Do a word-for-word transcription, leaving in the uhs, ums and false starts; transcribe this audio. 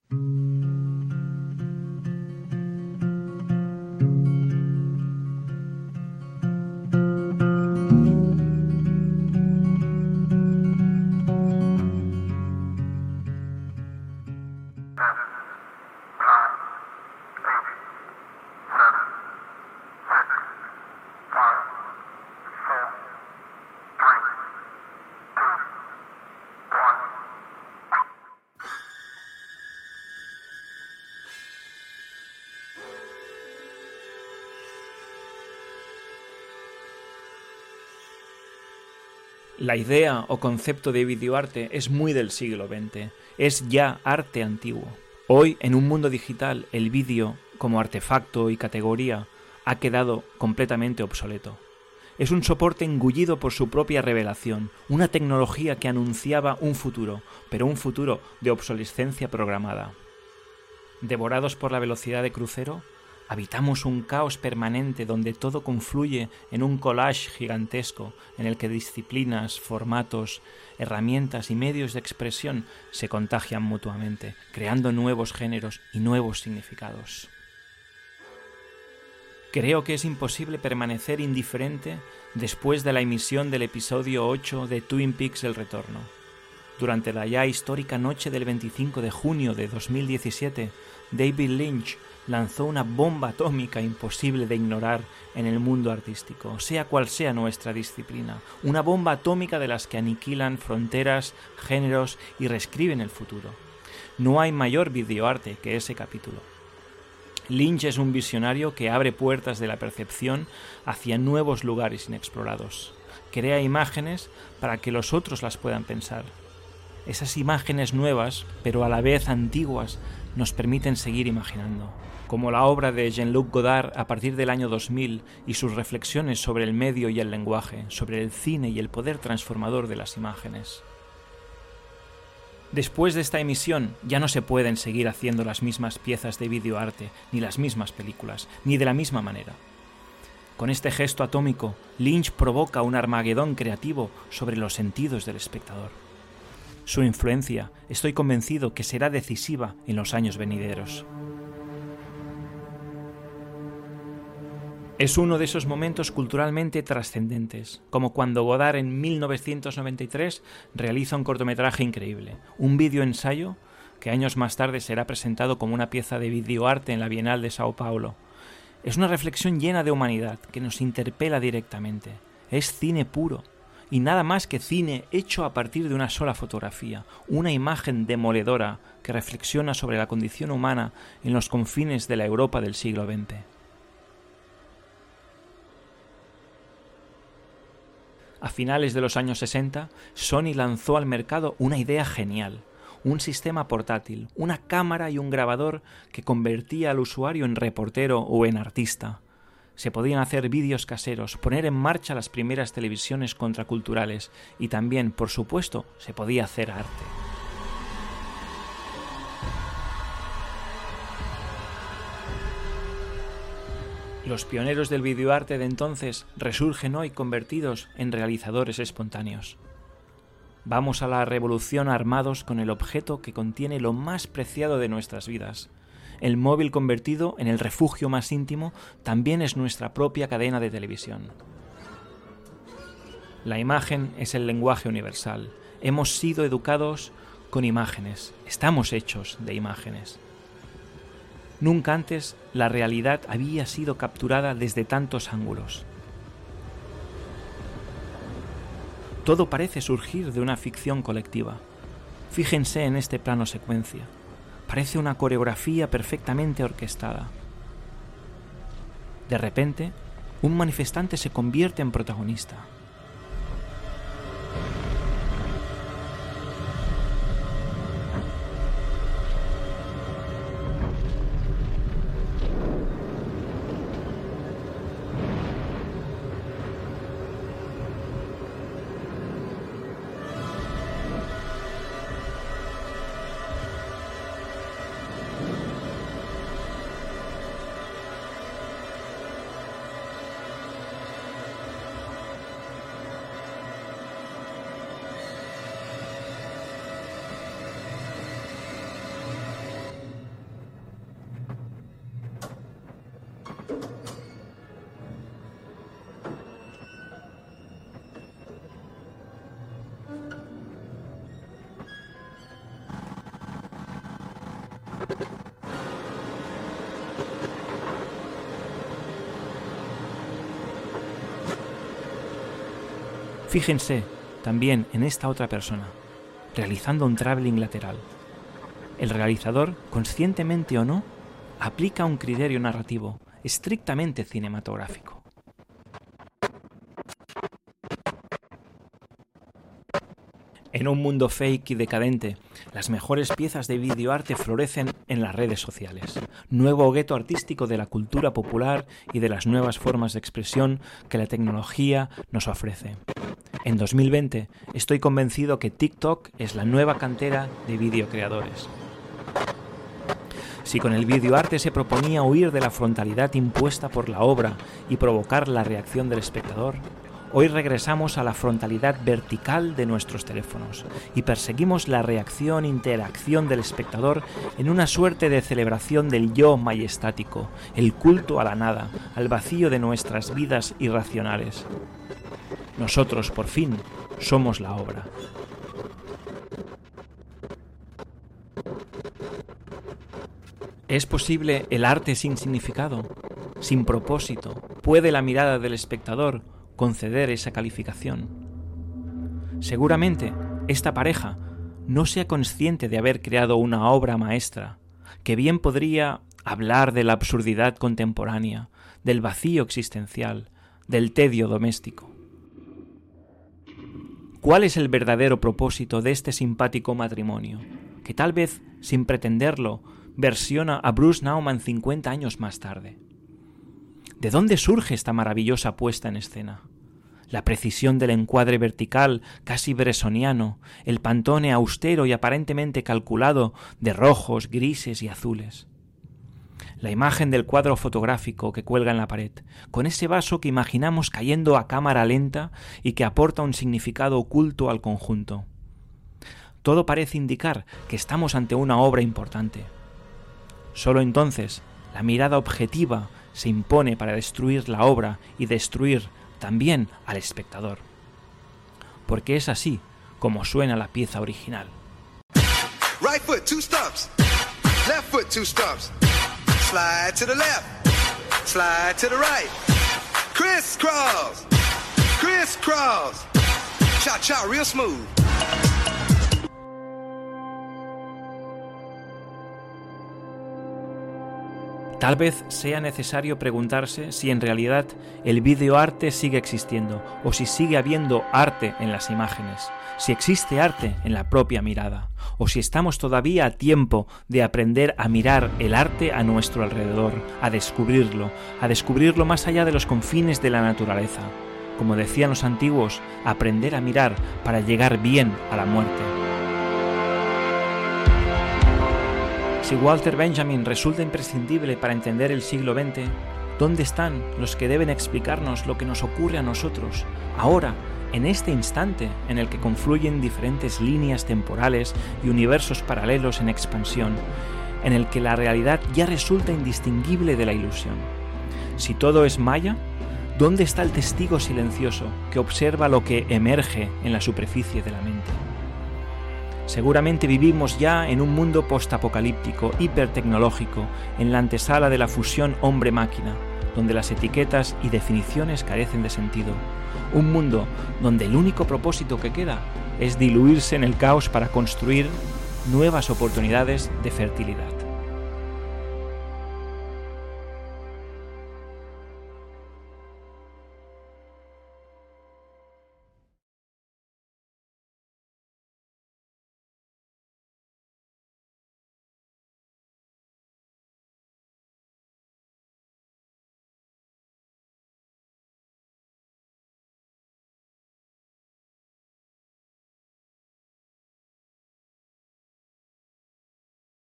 La idea o concepto de videoarte es muy del siglo veinte, es ya arte antiguo. Hoy, en un mundo digital, el vídeo, como artefacto y categoría, ha quedado completamente obsoleto. Es un soporte engullido por su propia revelación, una tecnología que anunciaba un futuro, pero un futuro de obsolescencia programada. Devorados por la velocidad de crucero, habitamos un caos permanente donde todo confluye en un collage gigantesco en el que disciplinas, formatos, herramientas y medios de expresión se contagian mutuamente, creando nuevos géneros y nuevos significados. Creo que es imposible permanecer indiferente después de la emisión del episodio ocho de Twin Peaks: El Retorno. Durante la ya histórica noche del veinticinco de junio de dos mil diecisiete, David Lynch lanzó una bomba atómica imposible de ignorar en el mundo artístico, sea cual sea nuestra disciplina, una bomba atómica de las que aniquilan fronteras, géneros y reescriben el futuro. No hay mayor videoarte que ese capítulo. Lynch es un visionario que abre puertas de la percepción hacia nuevos lugares inexplorados. Crea imágenes para que los otros las puedan pensar. Esas imágenes nuevas, pero a la vez antiguas, nos permiten seguir imaginando, como la obra de Jean-Luc Godard a partir del año dos mil y sus reflexiones sobre el medio y el lenguaje, sobre el cine y el poder transformador de las imágenes. Después de esta emisión ya no se pueden seguir haciendo las mismas piezas de videoarte, ni las mismas películas, ni de la misma manera. Con este gesto atómico, Lynch provoca un Armagedón creativo sobre los sentidos del espectador. Su influencia, estoy convencido que será decisiva en los años venideros. Es uno de esos momentos culturalmente trascendentes, como cuando Godard en mil novecientos noventa y tres realiza un cortometraje increíble, un videoensayo que años más tarde será presentado como una pieza de videoarte en la Bienal de Sao Paulo. Es una reflexión llena de humanidad que nos interpela directamente. Es cine puro. Y nada más que cine hecho a partir de una sola fotografía, una imagen demoledora que reflexiona sobre la condición humana en los confines de la Europa del siglo veinte. A finales de los años sesenta, Sony lanzó al mercado una idea genial, un sistema portátil, una cámara y un grabador que convertía al usuario en reportero o en artista. Se podían hacer vídeos caseros, poner en marcha las primeras televisiones contraculturales y también, por supuesto, se podía hacer arte. Los pioneros del videoarte de entonces resurgen hoy convertidos en realizadores espontáneos. Vamos a la revolución armados con el objeto que contiene lo más preciado de nuestras vidas. El móvil convertido en el refugio más íntimo también es nuestra propia cadena de televisión. La imagen es el lenguaje universal. Hemos sido educados con imágenes. Estamos hechos de imágenes. Nunca antes la realidad había sido capturada desde tantos ángulos. Todo parece surgir de una ficción colectiva. Fíjense en este plano secuencia. Parece una coreografía perfectamente orquestada. De repente, un manifestante se convierte en protagonista. Fíjense también en esta otra persona, realizando un traveling lateral. El realizador, conscientemente o no, aplica un criterio narrativo estrictamente cinematográfico. En un mundo fake y decadente, las mejores piezas de videoarte florecen en las redes sociales, nuevo gueto artístico de la cultura popular y de las nuevas formas de expresión que la tecnología nos ofrece. En dos mil veinte estoy convencido que TikTok es la nueva cantera de videocreadores. Si con el videoarte se proponía huir de la frontalidad impuesta por la obra y provocar la reacción del espectador, hoy regresamos a la frontalidad vertical de nuestros teléfonos y perseguimos la reacción-interacción del espectador en una suerte de celebración del yo majestático, el culto a la nada, al vacío de nuestras vidas irracionales. Nosotros, por fin, somos la obra. ¿Es posible el arte sin significado, sin propósito? ¿Puede la mirada del espectador conceder esa calificación? Seguramente esta pareja no sea consciente de haber creado una obra maestra, que bien podría hablar de la absurdidad contemporánea, del vacío existencial, del tedio doméstico. ¿Cuál es el verdadero propósito de este simpático matrimonio, que tal vez, sin pretenderlo, versiona a Bruce Nauman cincuenta años más tarde? ¿De dónde surge esta maravillosa puesta en escena? La precisión del encuadre vertical, casi bresoniano, el pantone austero y aparentemente calculado de rojos, grises y azules. La imagen del cuadro fotográfico que cuelga en la pared, con ese vaso que imaginamos cayendo a cámara lenta y que aporta un significado oculto al conjunto. Todo parece indicar que estamos ante una obra importante. Solo entonces, la mirada objetiva se impone para destruir la obra y destruir también al espectador. Porque es así como suena la pieza original. Right foot, two stumps. Left foot, two stumps. Slide to the left. Slide to the right. Crisscross. Crisscross. Cha cha, real smooth. Tal vez sea necesario preguntarse si en realidad el videoarte sigue existiendo o si sigue habiendo arte en las imágenes, si existe arte en la propia mirada o si estamos todavía a tiempo de aprender a mirar el arte a nuestro alrededor, a descubrirlo, a descubrirlo más allá de los confines de la naturaleza. Como decían los antiguos, aprender a mirar para llegar bien a la muerte. Si Walter Benjamin resulta imprescindible para entender el siglo veinte, ¿dónde están los que deben explicarnos lo que nos ocurre a nosotros, ahora, en este instante en el que confluyen diferentes líneas temporales y universos paralelos en expansión, en el que la realidad ya resulta indistinguible de la ilusión? Si todo es maya, ¿dónde está el testigo silencioso que observa lo que emerge en la superficie de la mente? Seguramente vivimos ya en un mundo postapocalíptico, hipertecnológico, en la antesala de la fusión hombre-máquina, donde las etiquetas y definiciones carecen de sentido. Un mundo donde el único propósito que queda es diluirse en el caos para construir nuevas oportunidades de fertilidad.